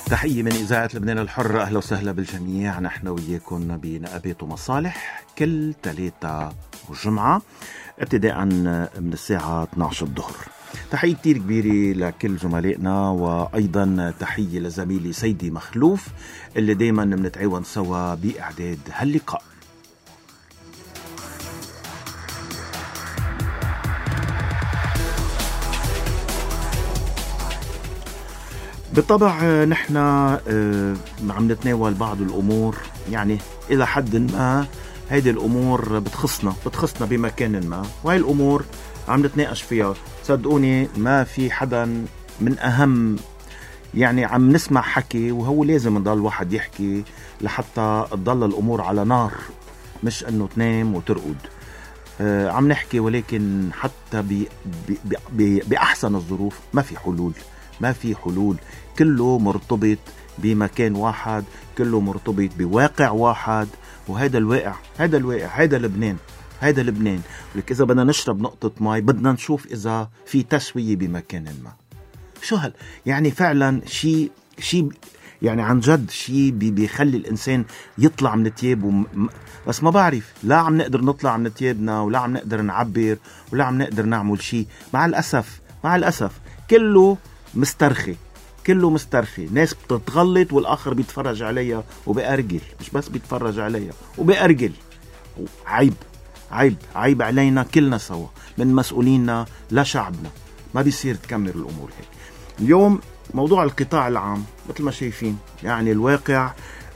تحية من إذاعة لبنان الحرة، أهلا وسهلا بالجميع. نحن وياكم بنقابات ومصالح كل 3 وجمعة ابتداء من الساعة 12 الظهر. تحية كتير كبيرة لكل زملائنا، وأيضا تحية لزميلي سيدي مخلوف اللي دايما بنتعاون سوا بإعداد هاللقاء. بالطبع نحن عم نتناول بعض الأمور، يعني إلى حد ما هيدي الأمور بتخصنا بمكان ما، وهي الأمور عم نتناقش فيها. صدقوني ما في حدا من أهم، يعني عم نسمع حكي وهو لازم نضل واحد يحكي لحتى تضل الأمور على نار، مش أنه تنام وترقد. عم نحكي، ولكن حتى بأحسن الظروف ما في حلول. كله مرتبط بمكان واحد، كله مرتبط بواقع واحد، وهذا الواقع هذا لبنان. ولك إذا بدنا نشرب نقطة ماء بدنا نشوف إذا في تسوية بمكان ما. شو يعني فعلا شيء يعني عن جد شيء بيخلي الإنسان يطلع من تياب بس ما بعرف، لا عم نقدر نطلع من تيابنا، ولا عم نقدر نعبر، ولا عم نقدر نعمل شيء. مع الأسف كله مسترخي. ناس بتتغلط والآخر بيتفرج عليها وبأرجل، مش بس بيتفرج عليها وبأرجل. عيب علينا كلنا سوا، من مسؤوليننا لشعبنا. ما بيصير تكمل الأمور هيك. اليوم موضوع القطاع العام مثل ما شايفين، يعني الواقع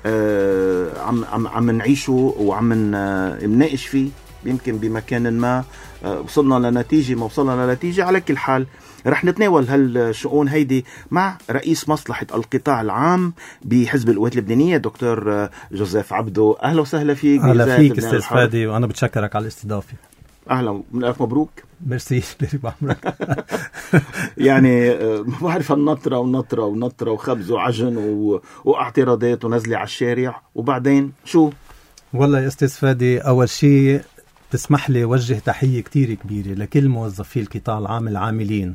عم نعيشه وعم نناقش فيه. يمكن بمكان ما وصلنا لنتيجة. على كل حال رح نتناول هالشؤون هيدي مع رئيس مصلحة القطاع العام بحزب القوات اللبنانية، دكتور جوزيف عبدو. أهلا وسهلا فيك. أهلا فيك أستاذ فادي، وأنا بتشكرك على الاستضافة. أهلا، من ألف مبروك. ميرسي بعمرك. يعني ما بعرف النطرة وخبز وعجن واعتراضات ونزلة على الشارع، وبعدين شو؟ والله يا أستاذ فادي، أول شيء تسمح لي وجه تحية كتير كبيرة لكل موظفي القطاع العام العاملين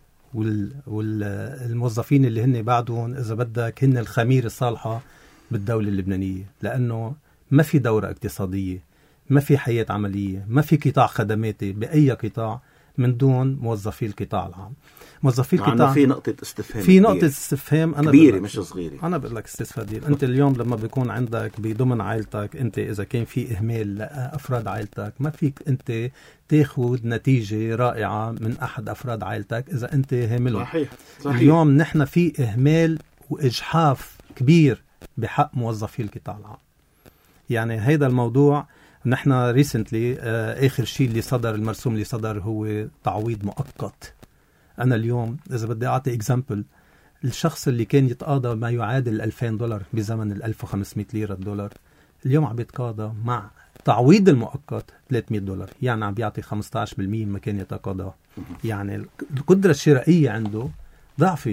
والموظفين اللي هن بعدهم إذا بدك هن الخميرة الصالحة بالدولة اللبنانية، لأنه ما في دورة اقتصادية، ما في حياة عملية، ما في قطاع خدماتي بأي قطاع من دون موظفي القطاع العام. موظفي القطاع في نقطة استفهام أنا كبيرة مش صغيرة. أنا بقول لك أستاذ فادي، أنت اليوم لما بيكون عندك بضمن عائلتك، أنت إذا كان في إهمال لأفراد عائلتك، ما فيك أنت تاخد نتيجة رائعة من أحد أفراد عائلتك إذا أنت هامله. صحيح. اليوم نحن في إهمال وإجحاف كبير بحق موظفي القطاع العام. يعني هيدا الموضوع نحن ريسنتلي آخر شيء اللي صدر، المرسوم اللي صدر هو تعويض مؤقت. أنا اليوم إذا بدي أعطي إكزامبل، الشخص اللي كان يتقاضى ما يعادل $2000 بزمن 1500 ليرة $، اليوم عم يتقاضى مع تعويض المؤقت $300، يعني عم بيعطي 15% ما كان يتقاضى. يعني القدرة الشرائية عنده ضعفت.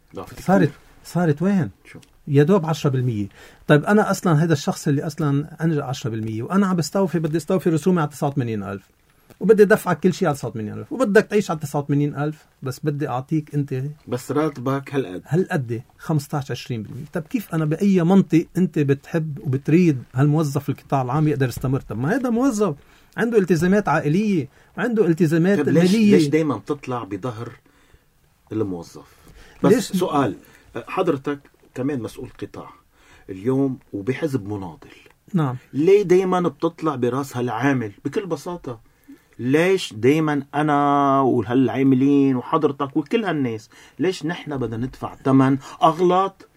صارت وين؟ شو؟ يدوب 10%. طيب أنا أصلا هذا الشخص اللي أصلا أنجى 10%، وأنا عم بدي استوفي رسومي على 89,000، وبدي دفعك كل شيء على 89,000، وبدك تعيش على 89,000، بس بدي أعطيك أنت بس راتبك هالقد 15-20%. طب كيف أنا بأي منطق أنت بتحب وبتريد هالموظف القطاع العام يقدر يستمر؟ طب ما هذا موظف عنده التزامات عائلية وعنده التزامات مالية. ليش دايما بتطلع بظهر الموظف؟ بس ليش؟ سؤال، حضرتك كمان مسؤول قطاع اليوم وبحزب مناضل. نعم. ليه دايما بتطلع براس هالعامل؟ بكل بساطة، ليش دايما أنا وهالعاملين وحضرتك وكل هالناس، ليش نحن بدنا ندفع ثمن أغلاط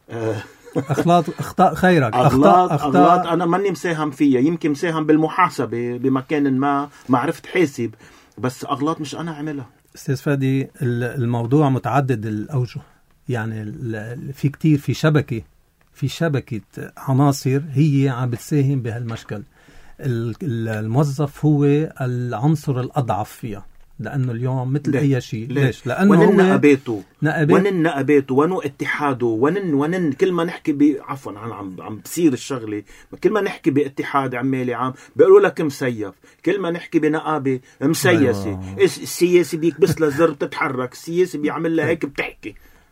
أخطاء خيرك، أغلاط أنا ماني مساهم فيها، يمكن مساهم بالمحاسبة بمكان ما عرفت حاسب، بس أغلاط مش أنا عملها. أستاذ فادي، الموضوع متعدد الأوجه. يعني في كتير، في شبكة عناصر هي عم بتساهم بهالمشكل. الموظف هو العنصر الأضعف فيها، لأنه اليوم مثل أي شيء. ليش؟ لأنه ونن نقاباته ونو اتحاده ونن كل ما نحكي عفوا عم بصير الشغلة، كل ما نحكي باتحاد عمالي عام بيقولوا لك مسيف، كل ما نحكي بنقابة مسيسة. السياسي بيكبس لها زر بتتحرك، السياسي بيعمل لها هيك بتحكي.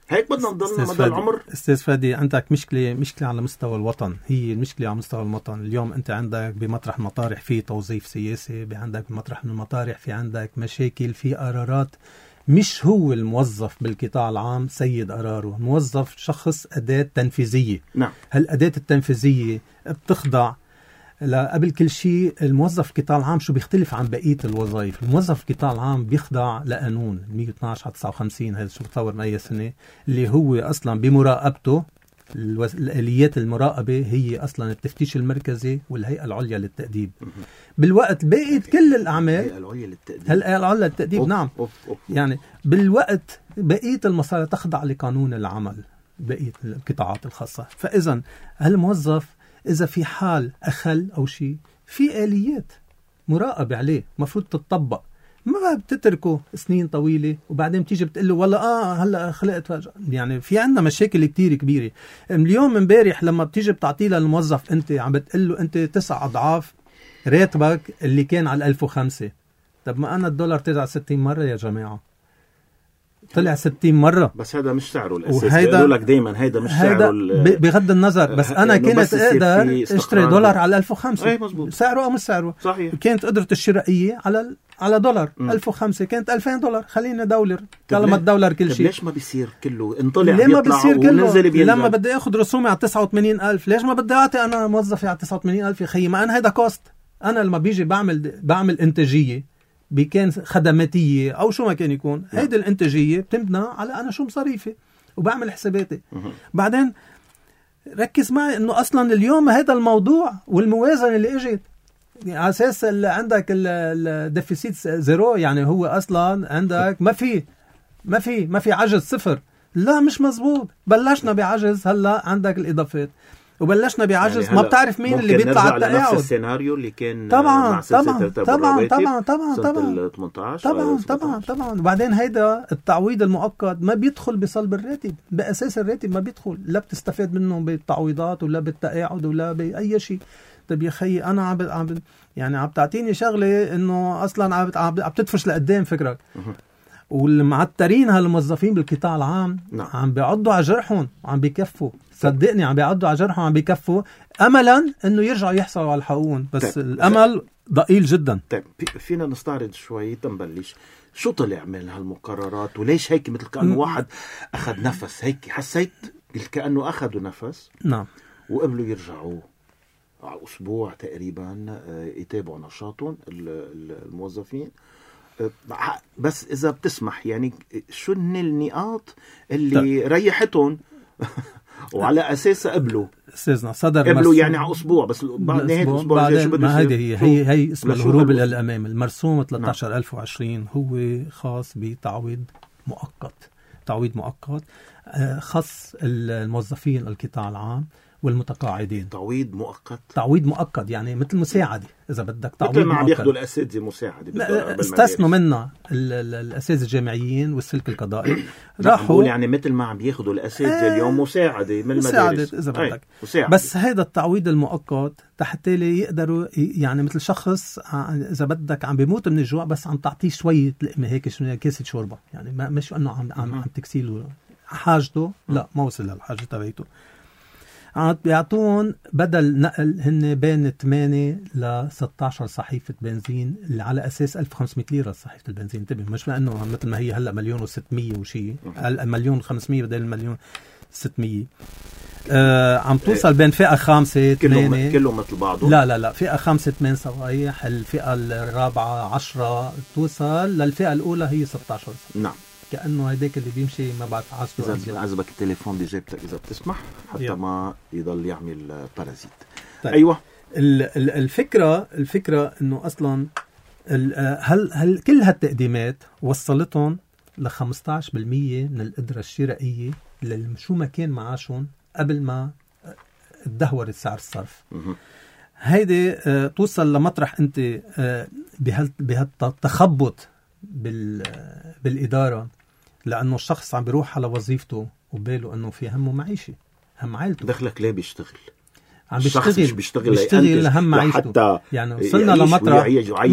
هيك بدنا نضلنا مدى العمر. استاذ فادي، عندك مشكله على مستوى الوطن، هي المشكله على مستوى الوطن. اليوم انت عندك بمطرح المطارح في توظيف سياسي، عندك بمطرح من المطارح في عندك مشاكل، في قرارات مش هو الموظف بالقطاع العام سيد قراره، الموظف شخص أداة تنفيذية. نعم. هالأداة التنفيذية بتخضع قبل كل شيء. الموظف القطاع العام شو بيختلف عن بقية الوظائف؟ الموظف القطاع العام بيخضع لقانون 112/59، هذا شو بتصور من أي سنة، اللي هو أصلا بمراقبته الآليات المراقبة هي أصلا التفتيش المركزي والهيئة العليا للتأديب. بالوقت بقيت كل الأعمال الهيئة العليا للتأديب نعم. يعني بالوقت بقية المصالح تخضع لقانون العمل، بقية القطاعات الخاصة. فإذا هالموظف إذا في حال أخل أو شيء، في آليات مراقبة عليه مفروض تتطبق، ما بتتركه سنين طويلة وبعدين بتيجي بتقله والله هلا خلقت. يعني في عندنا مشاكل كتير كبيرة. اليوم امبارح لما بتيجي بتعطيه للموظف انت عم بتقله انت 9 أضعاف راتبك اللي كان على 1005. طب ما انا الدولار طلع 60 مرة يا جماعة، طلع 60 مرة. بس هذا مش سعره الأساسي، بيقولوا لك دايما هذا مش سعره بغض النظر. بس أنا كنت أقدر أشتري دولار على 1005. سعره أو مش سعره صحيح. كانت قدرة الشرائية على دولار 1005 كانت $2000. خلينا دولار طالما الدولار كل شيء. ليش ما بيصير كله انطلع بيطلع ونزل بينزل؟ لما بدي أخذ رسومي على 89,000 ليش ما بدي أعطي أنا موظفي على 89,000 يا خيي؟ ما أنا هيدا كوست. أنا لما بيجي بعمل إنتاجية بكان خدماتية أو شو ما كان يكون، هيدي الإنتاجية بتمبنى على أنا شو مصاريفي وبعمل حساباتي. بعدين ركز معي إنه أصلا اليوم هذا الموضوع والموازنة اللي إجت على أساس عندك الديفيسيت زيرو، يعني هو أصلا عندك ما في عجز صفر. لا مش مزبوط، بلشنا بعجز، هلا عندك الإضافات وبلشنا بعجز. يعني ما بتعرف مين اللي بيطلع على التقاعد. نفس السيناريو اللي كان طبعا مع طبعا طبعا طبعا. وبعدين هيدا التعويض المؤقت ما بيدخل بصلب الراتب، بأساس الراتب ما بيدخل، لا بتستفاد منه بالتعويضات ولا بالتقاعد ولا بأي شيء. طب يا خي أنا عم تعطيني شغلة إنه أصلا عم تدفش لقدام فكرك. والمعترين هالموظفين بالقطاع العام عم بيعضوا على جرحهم، عم بيكفوا، صدقني عم بيعضوا على جرحهم، عم بيكفوا أملا إنه يرجعوا يحصلوا على حقوقهم. بس الأمل ضئيل جدا. طيب فينا نستعرض شوي تنبلش شو طلع من هالمقررات وليش هيك مثل كأنه واحد أخذ نفس هيك، حسيت كأنه أخذوا نفس. نعم. وقبلوا يرجعوا على أسبوع تقريبا يتابعوا نشاطهم الموظفين. بس إذا بتسمح يعني شو النقاط اللي ريحتهم وعلى أساسها قبلوا استاذنا صدر قبلوا يعني على أسبوع، بس بعد نهاية الأسبوع شو بده يصير؟ هي اسمها الهروب إلى الأمام. المرسوم 13,020 هو خاص بتعويض مؤقت خاص الموظفين القطاع العام والمتقاعدين. تعويض مؤقت يعني مثل مساعدة إذا بدك. تعويض مثل ما عم ياخذوا الأساتذة مساعدة استثنوا منها الأساتذة الجامعيين والسلك القضائي. راحوا يعني مثل ما عم ياخذوا الأساتذة اليوم مساعدة من المدارس إذا بدك. بس هذا التعويض المؤقت تحت لي يقدروا يعني مثل شخص إذا بدك عم بيموت من الجوع بس عم تعطيه شوية لقمة هيك كاسة شوربة، يعني مش أنه عم تكسيله حاجته، لا ما وصل للحاجة تبعته. بيعطون بدل نقل هن بين 8 ل 16 صحيفة بنزين اللي على أساس 1500 ليرة صحيفة البنزين. انتبه، مش لأنه مثل ما هي هلأ 1,600,000 وشي، 1,500,000 بدل 1,600,000. عم توصل بين فئة 5 8 كله مثل بعضه. لا فئة 5 8 صفائح، الفئة الرابعة 10 توصل للفئة الأولى هي 16. نعم. كأنه هيداك اللي بيمشي ما بعرف عصره. إذا عزبك التليفون بجيبتك إذا بتسمح حتى ما يضل يعمل بارازيت. طيب. أيوة. الفكرة إنه أصلا هل كل هالتقديمات وصلتهم ل 15% من القدرة الشرائية شو ما كان معاشهم قبل ما تدهور سعر الصرف. هيدي توصل لمطرح أنت بهالتخبط بالإدارة، لأنه الشخص عم بيروح على وظيفته وباله أنه في همه معيشي، هم عائلته. دخلك ليه بيشتغل؟ عم الشخص مش بيشتغل لهم معيشته. يعني وصلنا لمطرح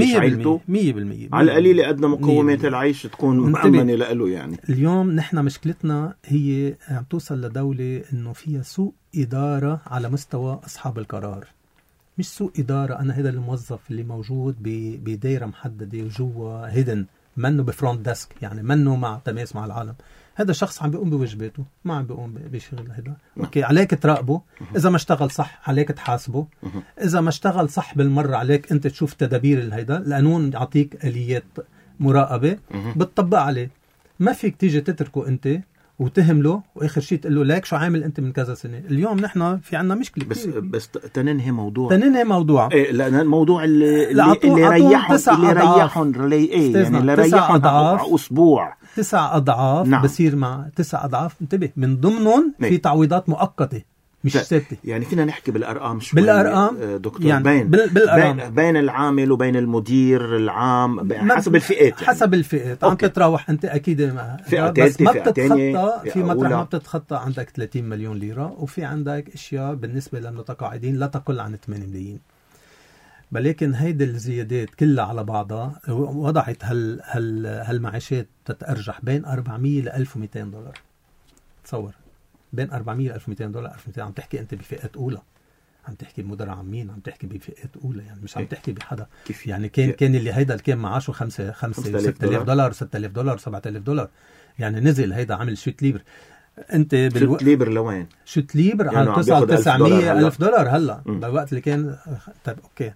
100% على القليل أدنى مقومات العيش تكون مأمنة له. يعني اليوم نحن مشكلتنا هي عم توصل لدولة إنه فيها سوء إدارة على مستوى أصحاب القرار. مش سوء إدارة أنا هذا الموظف اللي موجود بدايرة محددة وجوا هيدن منه بفرونت ديسك، يعني منه مع تماس مع العالم. هذا شخص عم بيقوم بواجباته، ما عم بيقوم بشغل هذا. اوكي، عليك تراقبه، اذا ما اشتغل صح عليك تحاسبه، اذا ما اشتغل صح بالمره عليك انت تشوف تدابير الهيدا. القانون يعطيك اليات مراقبه بتطبق عليه. ما فيك تيجي تتركه انت وتهمله واخر شيء تقول له ليك شو عامل انت من كذا سنه. اليوم نحن في عندنا مشكله بس تننهي موضوع إيه، لان الموضوع اللي ريحهم يعني اللي ريحهم اسبوع 9 أضعاف. نعم. بصير مع 9 أضعاف انتبه من ضمنهم في تعويضات مؤقتة مش ثابتة. يعني فينا نحكي بالأرقام شوي دكتور، يعني بين العامل وبين المدير العام حسب الفئات، يعني حسب الفئات عم تتراوح انت اكيد بس ما بتتخطى في مطرح ما بتتخطى عندك 30 مليون ليرة، وفي عندك اشياء بالنسبة للمتقاعدين لا تقل عن 8 ملايين. ولكن هيدي الزيادات كلها على بعضها وضعت هالمعاشات تتأرجح بين 400 ل 1200 دولار. تصور بين 400 ل 1200 دولار. 1200 عم تحكي انت بفئات اولى، عم تحكي بمدراء عامين، عم تحكي بفئات اولى، يعني مش عم تحكي بحدا. يعني كان اللي هيدا اللي كان معاشه 5000 دولار 6000 دولار 7000 دولار، يعني نزل هيدا عمل شوت ليبر. انت شوت ليبر لوين؟ شوت ليبر على 900,000 دولار هلا بالوقت اللي كان. طيب اوكي،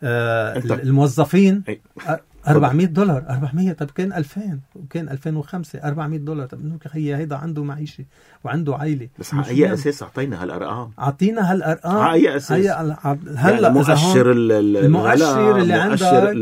الموظفين 400 دولار 400. طب كان 2000 وكان 2005 400 دولار. طب انه هي هيدا عنده معيشه وعنده عائله. بس على اي اساس اعطينا هالارقام؟ اعطينا هالارقام على اي اساس؟ هلا يعني المؤشر اللي عندك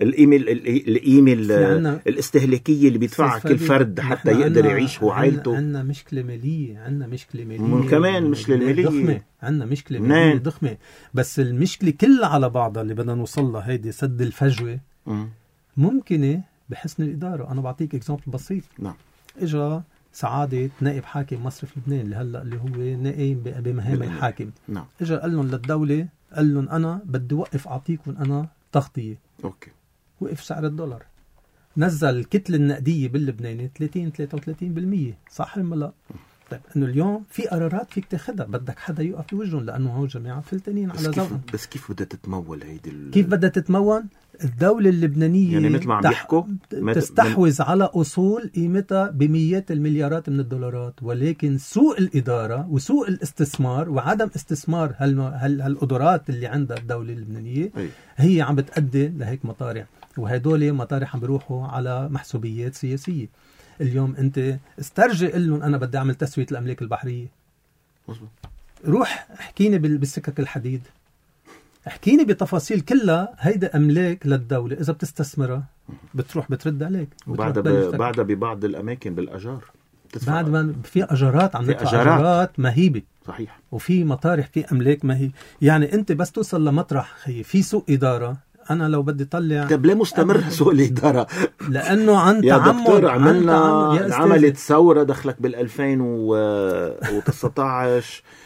الايميل الاستهلاكيه اللي بيدفعها كل فرد حتى يقدر يعيش هو وعائلته. عندنا مشكله ماليه، كمان مش الماليه، عندنا مشكله ماليه ضخمه. بس المشكله كلها على بعضها اللي بدنا نوصل لها هيدي سد الفجوه ممكنة بحسن الإدارة. أنا بعطيك إكزامبل بسيط. نعم. إجا سعادة نائب حاكم مصرف لبنان اللي هو نائب بمهام الحاكم. نعم. إجا قال لهم للدولة، قال لهم أنا بدي وقف أعطيكم أنا تغطية. أوكي. وقف سعر الدولار، نزل الكتلة النقدية باللبناني 30-33%. صح ولا لا؟ طيب انه اليوم في قرارات فيك تاخدها بدك حدا يوقف بوجههم، لانه هو جماعه فلتانين على ذوقهم. بس كيف بدها تتمول هيدي كيف بدها تتمول؟ الدولة اللبنانية يعني مثل ما عم يحكوا تستحوذ على أصول قيمتها بمئات المليارات من الدولارات، ولكن سوء الإدارة وسوء الاستثمار وعدم استثمار هالقدرات اللي عندها الدولة اللبنانية هي عم بتأدي لهيك مطارح. وهدول مطارح عم بيروحوا على محسوبيات سياسية. اليوم انت استرجع لهم انا بدي اعمل تسوية الاملاك البحرية. روح احكيني بالسكك الحديد، احكيني بتفاصيل كلها. هيدا املاك للدولة، اذا بتستثمرها بتروح بترد عليك. بعد ببعض الاماكن بالاجار، بعد ما في اجارات عم ندفع اجارات مهيبة. صحيح. وفي مطارح في املاك مهيبة. يعني انت بس توصل لمطرح في سوء ادارة. أنا لو بدي طلع طب ليه مستمر سوء الإدارة؟ لأنه عن يا دكتور عملت ثورة دخلك بال2019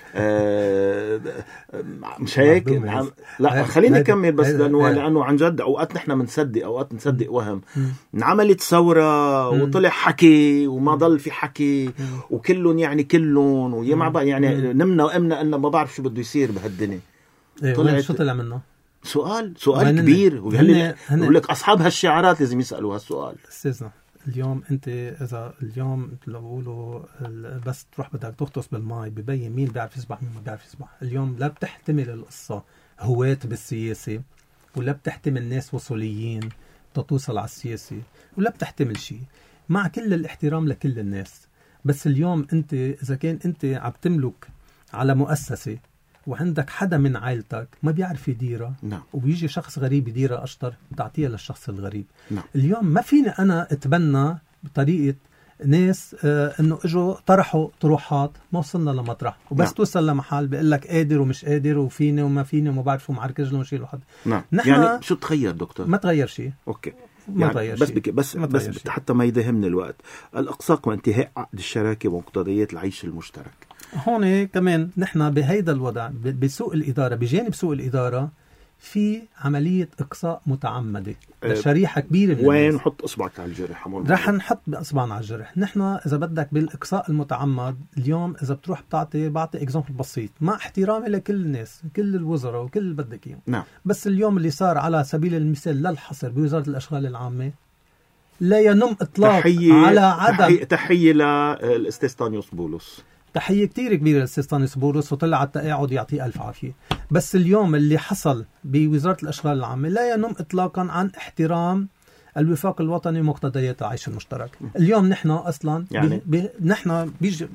مش هيك؟ لا خليني أكمل بس لأنه عن جد أوقات نحن منصدق أوقات نصدق وهم. عملت ثورة وطلع حكي وما ضل في حكي وكلهم يعني كلهم ويا يعني نمنا وأمنا أن ما بعرف شو بده يصير بهالدنيا. شو طلع منه؟ سؤال كبير. ويقول لك أصحاب هالشعارات لازم يسألوا هالسؤال. استاذنا اليوم أنت إذا اليوم لو بقولوا بس تروح بدك تغطس بالماء ببين مين بيعرف يسبح مين ما بيعرف يسبح. اليوم لا بتحتمل القصة هواة بالسياسة، ولا بتحتمل ناس وصوليين توصل على السياسة، ولا بتحتمل شيء، مع كل الاحترام لكل الناس. بس اليوم أنت إذا كان أنت عم تملك على مؤسسة وعندك حدا من عائلتك ما بيعرف يديرها، وبيجي شخص غريب يديرها أشطر، بتعطيها للشخص الغريب. اليوم ما فيني أنا أتبنى بطريقة ناس إنه إجوا طرحوا طروحات ما وصلنا لمطرح، وبس توصل لمحل بيقول لك قادر ومش قادر وفيني وما فيني وما بعرف شو معرك رجله وشيله حد. يعني شو تغير دكتور؟ ما تغير شيء. أوكي. يعني بس حتى ما يدهمني الوقت. الإقصاء وانتهاء عقد الشراكة ومقتضيات العيش المشترك. هون كمان نحن بهيدا الوضع بسوق الإدارة، بجانب سوق الإدارة في عملية إقصاء متعمدة لشريحة كبيرة من وين الناس. نحط إصبعك على الجرح؟ رح نحط بإصبعنا على الجرح. نحن إذا بدك بالإقصاء المتعمد اليوم، إذا بتروح بعطي إكزامبل بسيط مع احترامي لكل الناس، كل الوزراء وكل اللي بدك إياه. نعم. بس اليوم اللي صار على سبيل المثال للحصر بوزارة الأشغال العامة لا ينم إطلاق على عدم. تحية للأستاذ طانيوس بولس، تحية كتير كبيرة للأستاذ طانيوس بولس، وطلع على التقاعد يعطيه ألف عافية. بس اليوم اللي حصل بوزارة الأشغال العامة لا ينم إطلاقا عن احترام الوفاق الوطني ومقتضيات العيش المشترك. اليوم نحن أصلا يعني نحن بيجي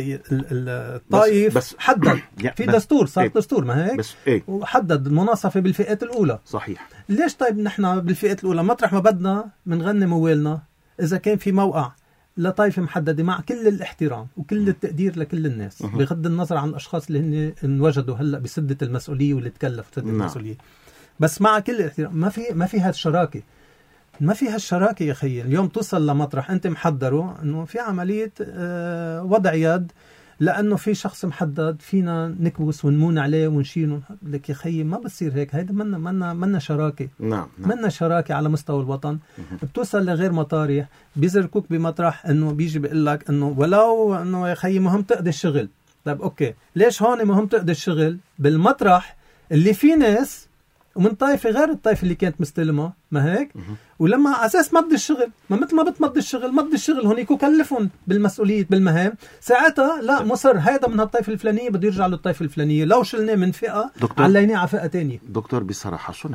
الطائف بس حدد في دستور، صار دستور ما هيك؟ بس وحدد المناصفة بالفئات الأولى. صحيح. ليش طيب نحن بالفئات الأولى مطرح ما بدنا منغني موالنا إذا كان في موقع لطائفة محددة مع كل الاحترام وكل التقدير لكل الناس، بغض النظر عن الأشخاص اللي هن انوجدوا هلأ بسدة المسؤولية واللي تكلفوا بسدة المسؤولية، بس مع كل الاحترام ما في هالشراكة، ما في هالشراكة يا خيي. اليوم توصل لمطرح أنت محضره إنه في عملية وضع يد لأنه في شخص محدد فينا نكبس ونمون عليه ونشيله. لك يا خيي ما بتصير هيك، هيدا منا شراكة. نعم. منا شراكة على مستوى الوطن. بتوصل لغير مطارح بيزركوك بمطرح إنه بيجي بيقول لك إنه ولو إنه يا خيي مهم تقضي الشغل. طيب أوكي، ليش هون مهم تقضي الشغل بالمطرح اللي في ناس ومن طائفة غير الطائفة اللي كانت مستلمة ما هيك؟ ولما على أساس مضي الشغل، ما مثل ما بتمضي الشغل مضي الشغل هونيك وكلفهم بالمسؤولية بالمهام، ساعتها لا مصر هيدا من هالطائفة الفلانية بده يرجع للطائفة الفلانية، لو شلناه من فئة عليناه على فئة تانية. دكتور بصراحة شو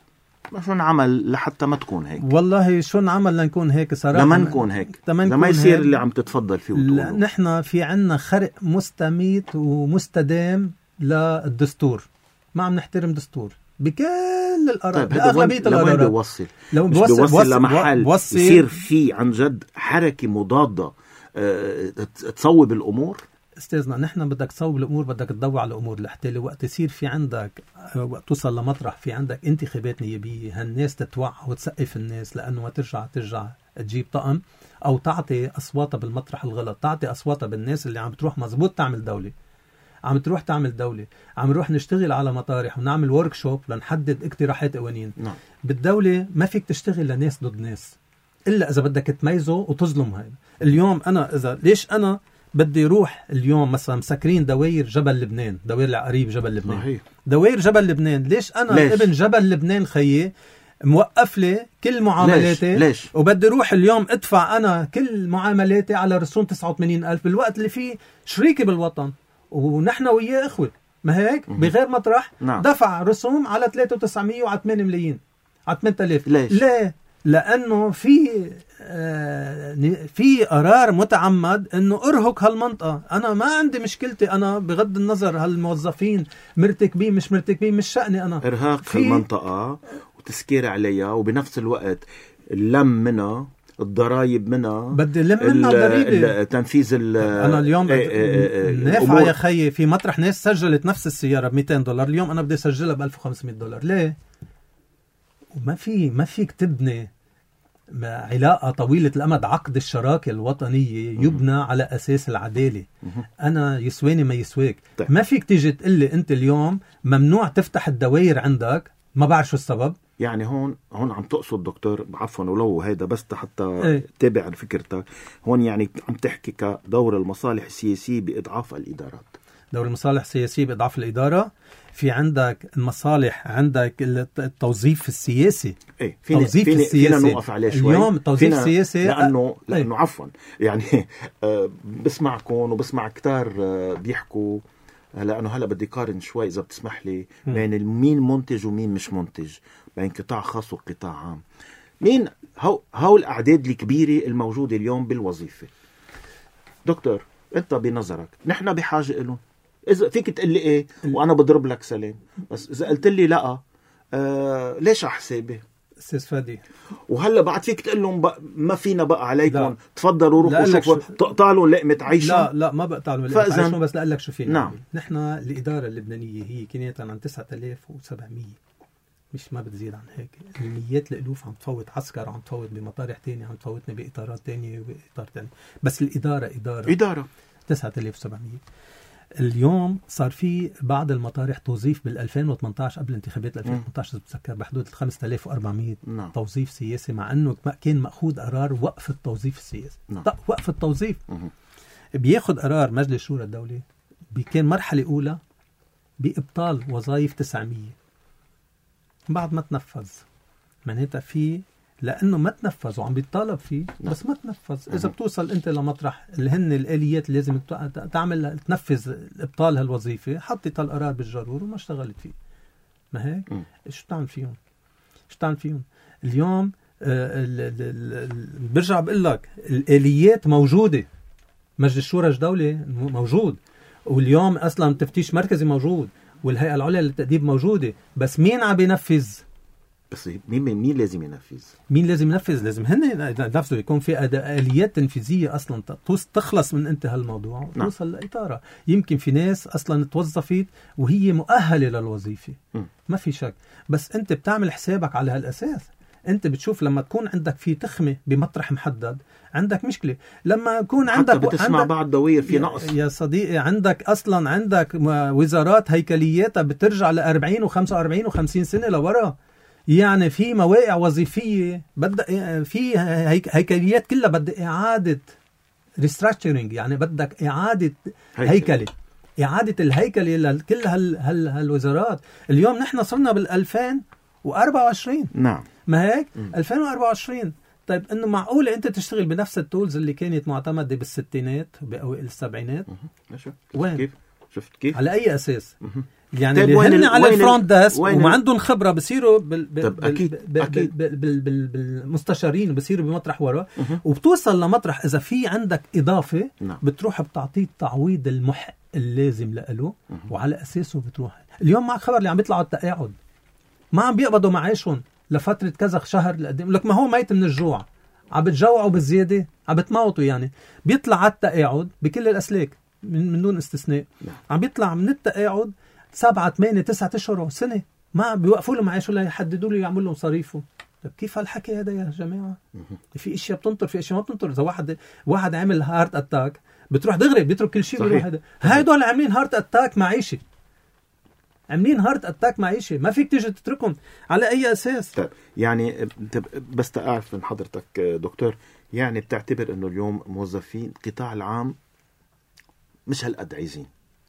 نعمل لحتى ما تكون هيك؟ والله شو نعمل لنكون هيك صراحة؟ لما نكون هيك، لما يصير اللي عم تتفضل فيه وتقوله. نحن في عنا خرق مستميت ومستدام للدستور، ما عم نحترم دستور بكل الآراء. طيب بأغلبية الآراء لو بيوصل لمحل يصير في عن جد حركة مضادة تصوب الأمور. استاذنا نحن بدك تصوب الأمور، بدك تدور على الأمور لحتى وقت يصير في عندك، وقت توصل لمطرح في عندك انتخابات نيابية، هالناس تتوعى وتسقف الناس، لأنه ما ترجع تجيب طقم أو تعطي أصواتها بالمطرح الغلط، تعطي أصواتها بالناس اللي عم بتروح مزبوط تعمل دولة، عم تروح تعمل دولة، عم نروح نشتغل على مطارح ونعمل وركشوب لنحدد اقتراحات قوانين. نعم. بالدولة ما فيك تشتغل لناس ضد ناس إلا إذا بدك تميزه وتظلم. هاي اليوم أنا إذا ليش أنا بدي روح اليوم مثلا مسكرين دوائر جبل لبنان، دوائر العقاريب جبل لبنان، صحيح. دوائر جبل لبنان، ليش أنا ابن جبل لبنان خيي موقف لي كل معاملاتي؟ ليش؟ وبدي روح اليوم ادفع أنا كل معاملاتي على رسوم 89,000 بالوقت اللي فيه شريكي بالوطن ونحن وياه إخوة ما هيك بغير مطرح. نعم. دفع رسوم على 3,900 وعلى 8 ملايين على 8,000. ليه؟ لأنه في قرار متعمد إنه أرهق هالمنطقة. أنا ما عندي مشكلتي، أنا بغض النظر هالموظفين مرتكبين مش مرتكبين مش شأني أنا. إرهاق هالمنطقة وتسكير عليها، وبنفس الوقت اللم منها، الضرايب منها، بدي لم منها الضريبة، تنفيذ أنا اليوم نافعة يا خيي. في مطرح ناس سجلت نفس السيارة $200، اليوم أنا بدي أسجلها $1,500. ليه؟ وما فيك تبني علاقة طويلة الأمد. عقد الشراكة الوطنية يبنى على أساس العدالة. أنا يسواني ما يسواك. طيب. ما فيك تيجي تقول لي أنت اليوم ممنوع تفتح الدوائر عندك، ما بعرف شو السبب. يعني هون عم تقصد دكتور، عفوا ولو هيدا بس حتى تابع فكرتك، هون يعني عم تحكي كدور المصالح السياسية بإضعاف الإدارات. دور المصالح السياسية بإضعاف الإدارة. في عندك المصالح، عندك التوظيف السياسي. فينا نوقف عليه شوي. اليوم التوظيف السياسي لأنه عفوا يعني بسمعكم وبسمع كتار بيحكوا، لأنه هلأ بدي قارن شوي إذا بتسمح لي بين مين منتج ومين مش منتج، بين قطاع خاص وقطاع عام. مين هو الأعداد الكبيرة الموجودة اليوم بالوظيفة؟ دكتور أنت بنظرك نحن بحاجة لهم؟ إذا فيك تقول لي إيه وأنا بضرب لك سلام، بس إذا قلت لي لا ليش حسابي أستاذ فادي؟ وهلا بعد فيك تقول لهم ما فينا بقى عليكم، تفضلوا روحوا شوفوا تقطع لهم لقمة عيشة. لا ما بقطع لهم لقمة عيشة، بس لأقول لك شو فينا. نعم. نحن الإدارة اللبنانية هي كنية عن 9,700، مش ما بتزيد عن هيك. الميات الألوف عم تفوت عسكر، عم تفوت بمطارح تانية، عم تفوتنا بإطارات تانية وبإطار تاني، بس الإدارة إدارة 9,700. اليوم صار في بعض المطارح توظيف بال2018 قبل انتخابات 2018 بتذكر بحدود 5400 نعم. توظيف سياسي، مع انه كان مأخوذ قرار وقف التوظيف السياسي. نعم. وقف التوظيف بياخد قرار مجلس شورى الدولة، كان مرحلة أولى بإبطال وظائف 900 بعد ما تنفذ. معناتها في لأنه ما تنفذ وعم بيطالب فيه بس ما تنفذ. إذا بتوصل أنت لمطرح اللي هن الآليات اللي لازم تعمل تنفذ إبطال هالوظيفة، حطيت القرار بالجرور وما اشتغلت فيه. ما هيك؟ شو تعمل فيهم؟ شو تعمل فيهم؟ اليوم برجع بقول لك الآليات موجودة. مجلس شورى الدولة موجود، واليوم أصلا تفتيش مركزي موجود، والهيئة العليا للتأديب موجودة، بس مين عم بينفذ؟ بس مين لازم ينفذ؟ مين لازم ينفذ؟ لازم هن نفسه يكون في آليات تنفيذية أصلا تخلص من انتهى الموضوع وتوصل لإطارة. يمكن في ناس أصلا توظفت وهي مؤهلة للوظيفة، ما في شك، بس أنت بتعمل حسابك على هالأساس. أنت بتشوف لما تكون عندك في تخمة بمطرح محدد عندك مشكلة. لما يكون عندك بتسمع بعض دوير في نقص يا صديقي، عندك وزارات هيكلياتها بترجع ل40 و45 و50 سنة لورا. يعني في مواقع وظيفية بدأ في هيكليات كلها بدأ إعادة ريستراكشرينج، يعني بدك إعادة هيكلة، إعادة الهيكلة لكل هالوزارات. اليوم نحن صرنا بال2024. نعم، ما هيك 2024. طيب انه معقولة انت تشتغل بنفس التولز اللي كانت معتمدة بالستينات وبأوائل السبعينات؟ وين؟ كيف؟ شفت كيف؟ على اي اساس؟ يعني اللي هن على الفرونت ديسك وما عندهم خبرة بصيروا بالمستشارين وبصيروا بمطرح وراء، وبتوصل لمطرح اذا في عندك اضافة بتروح بتعطيه التعويض المحق اللازم له، وعلى اساسه بتروح. اليوم مع خبر اللي عم بيطلعوا التقاعد ما عم بيقبضوا معاشهم لفترة كذا شهر لقدام، لك ما هو ميت من الجوع، عم بتجوعوا بالزيادة، عم بتموتوا. يعني بيطلع على التقاعد بكل الأسلاك من دون استثناء، عم بيطلع من التقاعد 7 8 9 أشهر سنة، ما بيوقفوا له معاشه ليحددوا له يعملوا له مصاريفه. طيب كيف هالحكي هذا يا جماعة؟ في اشياء بتنطر، في اشياء ما بتنطر. اذا واحد عمل هارت اتاك بتروح دغري بيترك كل شيء بيروح. هدول عاملين هارت اتاك معيشة، عاملين هارت اتاك معيشة، ما فيك تيجي تتركهم على اي اساس. طيب يعني بس تعرف من حضرتك دكتور، يعني بتعتبر انه اليوم موظفين القطاع العام مش هالقد عايزين؟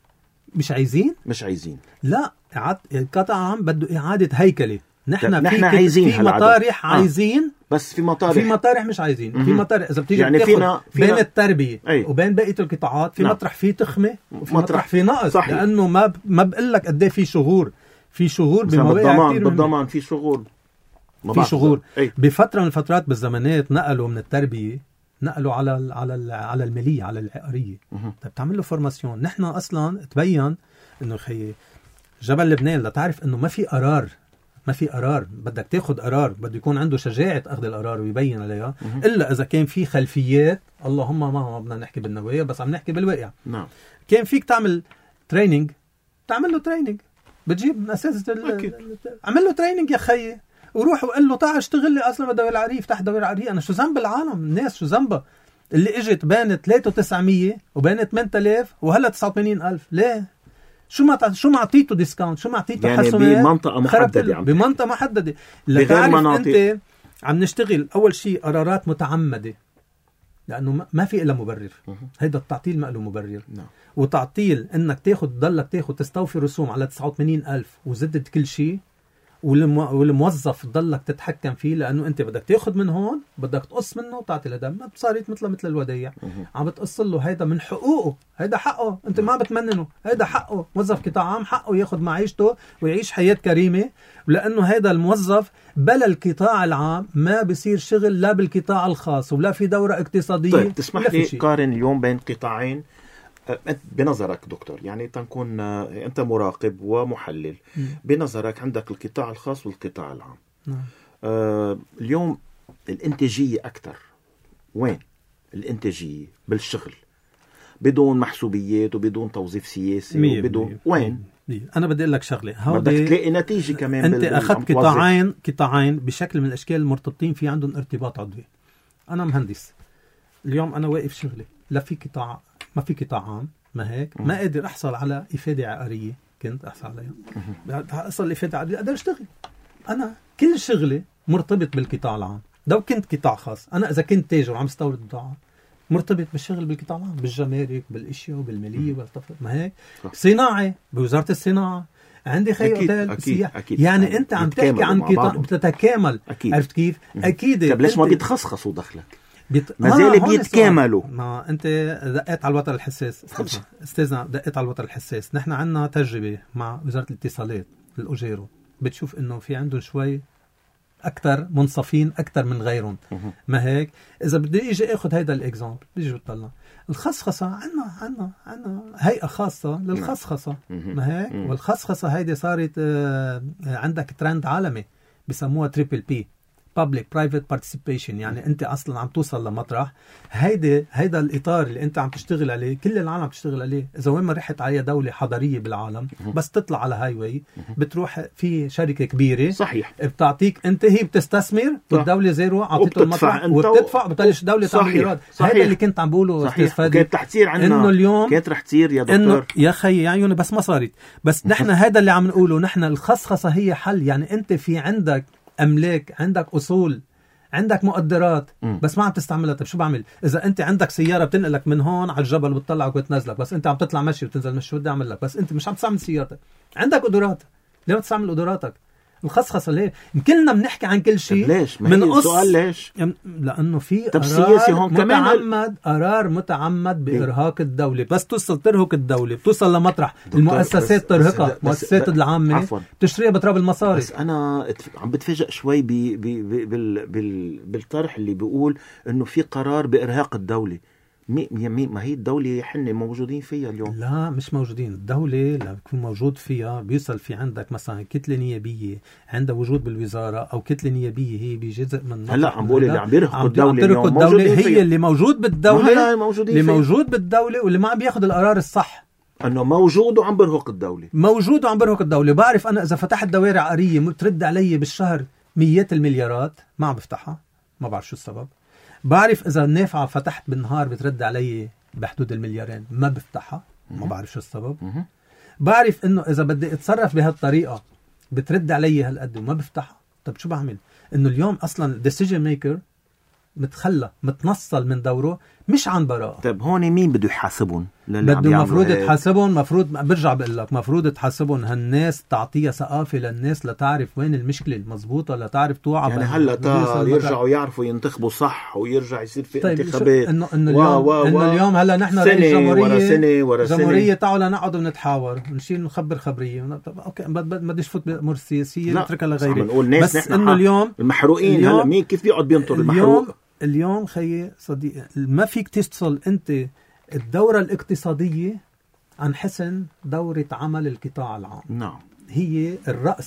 مش عايزين لا، القطاع العام بده اعادة هيكلة. نحن عايزين في مطارح عايزين، بس في مطارح مش عايزين. في مطارح اذا بتيجي يعني فينا بين التربية وبين بقية القطاعات، في مطرح فيه تخمة وفي مطرح فيه نقص. صحيح. لأنه ما بقول لك قد ايه في شغور بمواقع كتير بالضمان في شغور بفترة من الفترات بالزمانات نقلوا من التربية، نقلوا على المالية، على العقارية. طيب تعمل له فورماسيون. نحن أصلا تبين إنه جبل لبنان لتعرف إنه ما في قرار بدك تاخد قرار، بده يكون عنده شجاعة أخذ القرار ويبين عليها، إلا إذا كان في خلفيات. اللهم ما بدنا نحكي بالنوايا، بس عم نحكي بالواقع. نعم. كان فيك تعمل تريننج، تعمل له تريننج، بتجيب من أساس عمل له تريننج يا خيي، وروح وقال له تعال اشتغل لي أصلا بدوير عريف، افتح دوير عريف. أنا شو ذنب العالم؟ الناس شو ذنبها اللي اجت بين 3900 وبين 8000 وهلا 89,000؟ ليه؟ شو ما اعطيته ديسكاونت؟ شو ما اعطيته يعني حسنات؟ بمنطقة محددة بغير مناطق. انت عم نشتغل اول شيء قرارات متعمدة، لانه ما في الا مبرر. هيدا التعطيل ما له مبرر. وتعطيل انك تضلك تاخذ تستوفي رسوم على 89,000 وزدت كل شيء، والموظف ضلك تتحكم فيه، لانه انت بدك تاخذ من هون، بدك تقص منه وتعطي لده. ما صارت مثل الوديع، عم بتقص له. هيدا من حقوقه، هيدا حقه، انت ما بتمننه. هيدا حقه، موظف قطاع عام حقه ياخذ معيشته ويعيش حياة كريمة، لانه هيدا الموظف بلا القطاع العام ما بصير شغل، لا بالقطاع الخاص ولا في دورة اقتصادية. طيب تسمح لي قارن اليوم بين قطاعين بنظرك دكتور، يعني تنكون أنت مراقب ومحلل. بنظرك عندك القطاع الخاص والقطاع العام. اليوم الانتاجية أكتر، وين الانتاجية بالشغل بدون محسوبيات وبدون توظيف سياسي وبدون وين؟ أنا بدي أقول لك شغلة، بدك تلاقي نتيجة كمان. أنت أخذت قطاعين بشكل من الأشكال المرتبطين في عندهم ارتباط عضوي. أنا مهندس، اليوم أنا واقف شغلي، لا في قطاع، ما في قطاع عام، ما هيك ما قادر احصل على افاده عقاريه، كنت احصل عليها اصل افاده عقاريه اقدر اشتغل. انا كل شغلي مرتبط بالقطاع العام. لو كنت قطاع خاص، انا اذا كنت تاجر وعم استورد بضاعه مرتبط بالشغل بالقطاع العام، بالجمارك، بالاشياء وبالماليه والتفاضل، ما هيك صناعه بوزاره الصناعه، عندي خي اوتيل سياحه. يعني انت عم تحكي عن قطاع بتتكامل. عرفت كيف؟ اكيد. طب ليش ما بيتخصخصوا دخلك؟ ما زال بيتكاملوا. ما انت دقيت على الوتر الحساس استاذنا، دقيت على الوتر الحساس. نحن عندنا تجربه مع وزاره الاتصالات الاوجيرو، بتشوف انه في عندهم شوي اكثر منصفين اكثر من غيرهم، ما هيك؟ اذا بدي اجي اخذ هيدا الاكزامبل، بيجي بتطلع الخصخصه عندنا هيئه خاصه للخصخصه، ما هيك؟ والخصخصه هيدي صارت عندك ترند عالمي بسموها تريبل بي، public private participation. يعني انت اصلا عم توصل لمطرح هيدا الاطار اللي انت عم تشتغل عليه، كل العالم عم تشتغل عليه. اذا وين ما رحت عليها دوله حضاريه بالعالم، بس تطلع على هاي واي بتروح في شركه كبيره صحيح بتعطيك، انت هي بتستثمر والدوله زيرو عطيته المطرح وبتدفع، بتبلش الدوله تعمل ايراد. هذا اللي كنت عم بقوله استاذ فادي. كانت رح تصير عندنا انه اليوم كانت رح تصير يا دكتور، انه يا خي يا عيوني بس ما صارت. بس نحن هذا اللي عم نقوله، نحن الخصخصه هي حل. يعني انت في عندك املاك، عندك اصول، عندك مقدرات، بس ما عم تستعملها. طيب شو بعمل اذا انت عندك سياره بتنقلك من هون على الجبل وبتطلعك وتنزلك، بس انت عم تطلع مشي وتنزل مشي، بدي اعمل لك، بس انت مش عم تستعمل سيارتك، عندك قدرات، ليه ما تستعمل قدراتك؟ الخصخصه ليه؟ يمكننا بنحكي عن كل شيء. ليش؟ من السؤال ليش؟ لانه في قرار متعمد، قرار متعمد بارهاق الدوله. بس توصل ترهق الدوله، بتوصل لمطرح المؤسسات ترهقها، المؤسسات العامه تشتريها بتراب المصاري. بس انا عم بتفاجئ شوي بالطرح اللي بيقول انه في قرار بارهاق الدوله. ما هي الدولة يحن موجودين فيها اليوم؟ لا مش موجودين. الدولة لما يكون موجود فيها بيصل في عندك مثلا كتلة نيابية عندها وجود بالوزارة، أو كتلة نيابية هي بجزء من هلا عم بقول اللي عم بيرهقوا الدولة هي اللي موجود بالدولة، اللي موجود بالدولة واللي ما عم بياخد القرار الصح. انه موجود وعم بيرهق الدولة، موجود وعم بيرهق الدولة. بعرف أنا إذا فتحت دوائر عقارية بترد علي بالشهر مئات المليارات، ما عم بفتحها، ما بعرف شو السبب. بعرف إذا النافعة فتحت بالنهار بترد علي بحدود المليارين، ما بفتحها، ما بعرف شو السبب. بعرف إنه إذا بدي أتصرف بهالطريقة بترد علي هالقد وما بفتحها. طب شو بعمل؟ إنه اليوم أصلاً decision maker متخلى، متنصل من دوره، مش عن براءة. طيب هون مين بده يحاسبهم؟ بده مفروض تحاسبهم، برجع بقول لك مفروض تحاسبهم هالناس، تعطيها ثقافة للناس لتعرف وين المشكلة المضبوطة، لتعرف توعى. يعني هلا يرجعوا يرجعوا ينتخبوا صح ويرجع يصير في طيب انتخابات. إنه اليوم هلا نحن رئيس جمهورية تعالوا نقعد ونتحاور ونشيل نخبر خبرية. اوكي ما بديش فوت بأمور سياسية، نتركها لغيري. بس انه اليوم المحروقين هلا مين كيف بيقعد بينطر المحروق؟ اليوم خيي صديقي ما فيك تصل انت الدورة الاقتصادية عن حسن دورة عمل القطاع العام. نعم. هي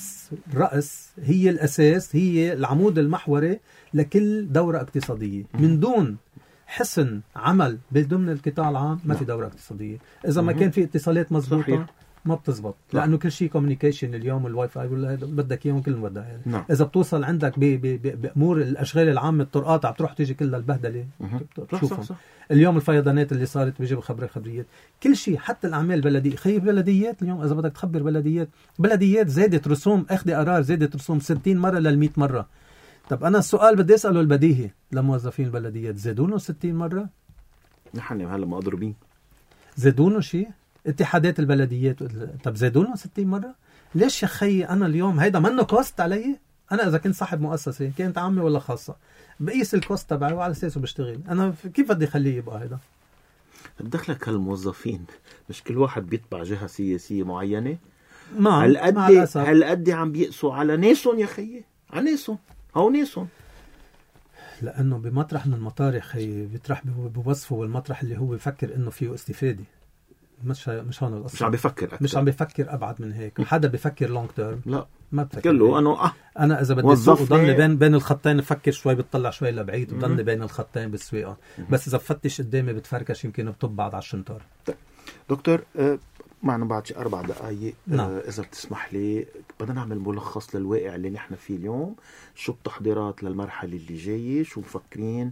الرأس، هي الأساس، هي العمود المحوري لكل دورة اقتصادية. من دون حسن عمل ضمن القطاع العام ما في دورة اقتصادية. إذا ما كان في اتصالات مضبوطة ما بتزبط، لأنه كل شيء كوميونيكيشن اليوم، والواي فاي بدك إياهم كلهم بدها يعني. إذا بتوصل عندك بأمور الأشغال العامة، الطرقات عم تروح تيجي كلها البهدلة تشوفهم. اليوم الفيضانات اللي صارت بيجيبوا خبريات، كل شيء، حتى الأعمال البلدية. خيب بلديات اليوم إذا بدك تخبر بلديات زادت رسوم أخذ قرار، زادت رسوم 60 مرة ل100 مرة. طب أنا السؤال بدي أسأله البديهي لموظفين البلديات، زادونه 60 مرة؟ نحن هلا مضروبين. زادونه شيء؟ اتحادات البلديات طب زادونه 60 مرة؟ ليش يا خي؟ أنا اليوم هيدا منه كوست علي. أنا إذا كنت صاحب مؤسسة كانت عامة ولا خاصة بقيس الكوست تبعي وعلى أساسه بشتغل. أنا كيف بدي أخليه يبقى هيدا؟ بدخلك هالموظفين مش كل واحد بيتبع جهة سياسية معينة؟ هالقد عم بيقسوا على ناسهم يا خيي، على ناسهم أو ناسهم. لأنه بمطرح من المطارح خي بيطرح بوصفه، والمطرح اللي هو بيفكر إنه فيه استفادة. مش هون القصة. مش عم بيفكر أكتر. مش عم بيفكر أبعد من هيك. حدا بيفكر لونج تيرم؟ لا ما بفكر كله. أنا إذا بدي أسوق وضلني بين الخطين بفكر شوي، بتطلع شوي لبعيد وضلني بين الخطين بالسويقة. بس إذا بفتش قدامي بتفركش، يمكن بطب بعض على الشنطار. دكتور معنا بعد 4 دقايق. إذا بتسمح لي بدنا نعمل ملخص للواقع اللي نحن فيه اليوم. شو التحضيرات للمرحلة اللي جاية، شو مفكرين،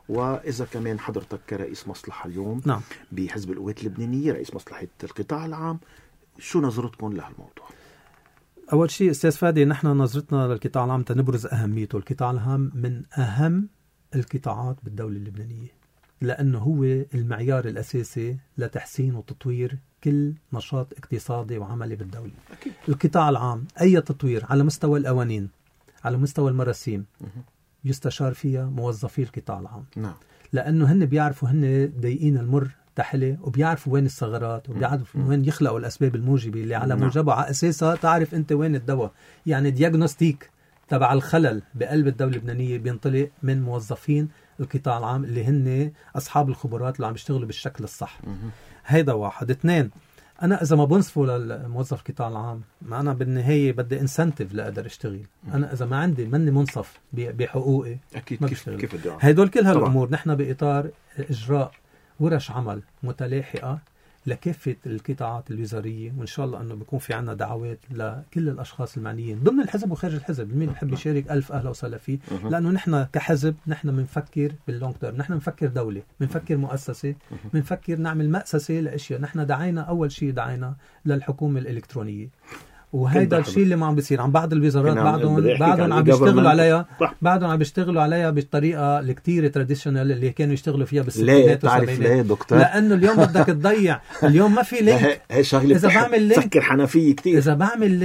وإذا كمان حضرتك كرئيس مصلحة اليوم نعم. بحزب القوات اللبنانية، رئيس مصلحة القطاع العام، شو نظرتكم لهالموضوع؟ أول شيء أستاذ فادي، نحن نظرتنا للقطاع العام تنبرز أهميته. القطاع العام من أهم القطاعات بالدولة اللبنانية، لأنه هو المعيار الأساسي لتحسين وتطوير كل نشاط اقتصادي وعملي بالدولة. أكيد. القطاع العام أي تطوير على مستوى القوانين، على مستوى المراسيم، يستشار فيها موظفي القطاع العام. نعم. لأنه هن بيعرفوا هن ضايقين المر تحلي، وبيعرفوا وين الثغرات، وبيعرفوا وين يخلقوا الأسباب الموجبة اللي على موجبها على أساسها تعرف أنت وين الدواء. يعني دياغنوستيك تبع الخلل بقلب الدولة اللبنانية بينطلق من موظفين القطاع العام اللي هن أصحاب الخبرات اللي عم يشتغلوا بالشكل الصح. هيدا واحد. اثنين، أنا إذا ما بنصفه للموظف القطاع العام، ما أنا بالنهاية بدي إنسنتيف لأقدر أشتغل. أنا إذا ما عندي مني منصف بحقوقي أكيد ما كيف الدعاء. هيدول كل هالأمور نحن بإطار إجراء ورش عمل متلاحقة لكافة القطاعات الوزارية، وإن شاء الله أنه بيكون في عنا دعوات لكل الأشخاص المعنيين ضمن الحزب وخارج الحزب. مين بحب يشارك ألف أهلا وسهلا فيه، لأنه نحن كحزب نحن منفكر باللونج تيرم، نحن منفكر دولة، منفكر مؤسسة، منفكر نعمل مؤسسة لأشياء. نحن دعينا أول شيء دعينا للحكومة الإلكترونية، وهيدا الشيء اللي ما عم بيصير. عم بعض الوزارات بعضهم عم بيشتغلوا عليها، بعضهم عم بيشتغلوا عليها بالطريقه الكتير تراديشنال اللي كانوا يشتغلوا فيها بالستينات والسبعينات. ليه دكتور؟ لانه اليوم بدك تضيع، اليوم ما في لينك. هي شغله اذا بعمل لينك تفكر حنفيه كتير. اذا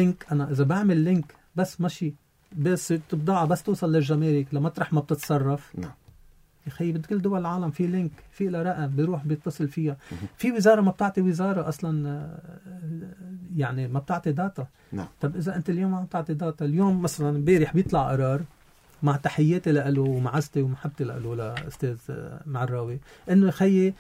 بعمل لينك بس ماشي، بس البضاعه بس توصل للجمارك لمطرح ما بتتصرف. نعم يا خيي بكل دول العالم في لينك، في له رقم بيروح بيتصل فيها. في وزاره ما بتعطي وزاره اصلا، يعني ما بتعطي داتا. نعم. طب اذا انت اليوم عم تعطي داتا، اليوم مثلا امبارح بيطلع قرار مع تحياتي له ومعزتي ومحبتي له لاستاذ معراوي، انه يا خيي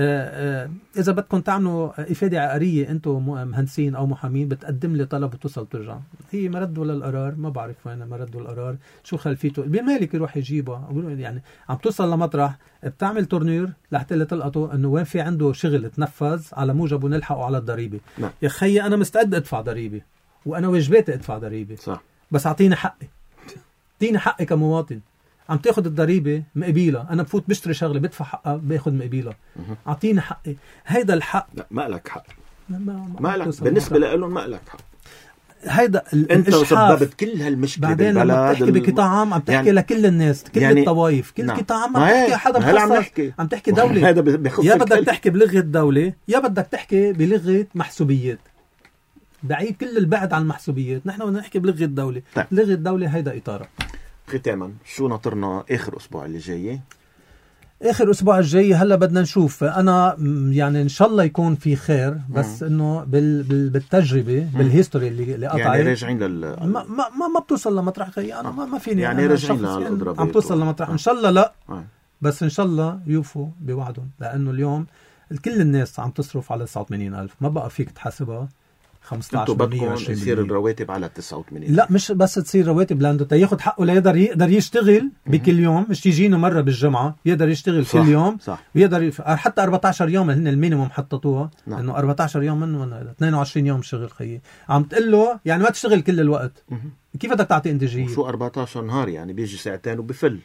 اذا بدكم تعملوا افاده عقاريه انتم مهندسين او محامين، بتقدم لي طلب وتوصل بترجع. هي مردوا للقرار، ما بعرف وين مردوا القرار، شو خلفيته، بالمالك يروح يجيبها. يعني عم توصل لمطرح بتعمل تورنير لحتى تلقطوا انه وين في عنده شغل تنفذ على موجبه نلحقوا على الضريبه. نعم. يا خيي انا مستعد ادفع ضريبه، وانا واجباتي ادفع ضريبه، صح، بس اعطيني حقي، اعطيني حقي كمواطن. عم تاخد الضريبة مقبيلة، أنا بفوت بشتري شغلة بدفع حقها باخد مقبيلة. أعطيني حقي. هيدا الحق. لا ما لك حق. ما لك بالنسبة لهم ما لك حق. هيدا أنت سببت كل هالمشكلة بعدين بالبلد. لما بتحكي بقطاع عام عم تحكي يعني لكل الناس، كل يعني الطوائف، كل قطاع عام عم تحكي حدا مخصص، عم تحكي دولة. يا بدك تحكي بلغة دولة، يا بدك تحكي بلغة محسوبيات. بعيد كل البعد عن المحسوبيات، نحن بدنا نحكي بلغة الدولة. لغة الدولة هيدا إطارة. ختاما شو ناطرنا آخر أسبوع اللي جاي؟ آخر أسبوع الجاي هلا بدنا نشوف. أنا يعني إن شاء الله يكون في خير، بس إنه بالتجربة بالهيستوري اللي قطعت يعني راجعين ما بتوصل لمطرح خي. أنا ما فيني يعني راجعين للأضراب عم توصل لمطرح. إن شاء الله لا بس إن شاء الله يوفوا بوعدهم، لأنه اليوم كل الناس عم تصرف على 89,000، ما بقى فيك تحاسبها 15%. بدكم يصير الرواتب على 89. لا مش بس تصير رواتب، لأنه ياخد حقه يقدر يشتغل بكل يوم، مش تيجينه مرة بالجمعة، يقدر يشتغل صح. كل يوم. صح. ويقدر حتى 14 يوم هن المينيموم حطتوها. نعم. انه 14 يوم منه 22 يوم شغل خيي، عم تقول له يعني ما تشتغل كل الوقت. كيف بدك تعطي انتاجية؟ شو 14 نهار يعني بيجي ساعتين وبفل.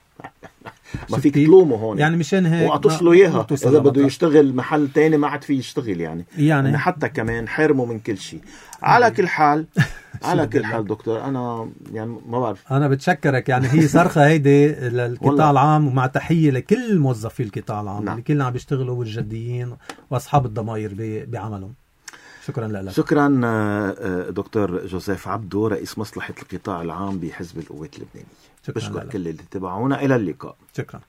ما فيك تلومه هون يعني مشان هيك واعطوا اياها. اذا بده يشتغل محل تاني ما عاد فيه يشتغل يعني حتى كمان حرمه من كل شيء. على كل حال دكتور انا يعني ما بعرف. انا بتشكرك، يعني هي صرخه هيدي للقطاع العام، ومع تحيه لكل موظفي القطاع العام. نعم. اللي كلنا عم بيشتغلوا والجديين واصحاب الضمائر بعملهم. شكرا لك. شكرا دكتور جوزيف عبدو، رئيس مصلحة القطاع العام بحزب القوات اللبنانية. بشكر كل اللي تابعونا. إلى اللقاء. شكرا.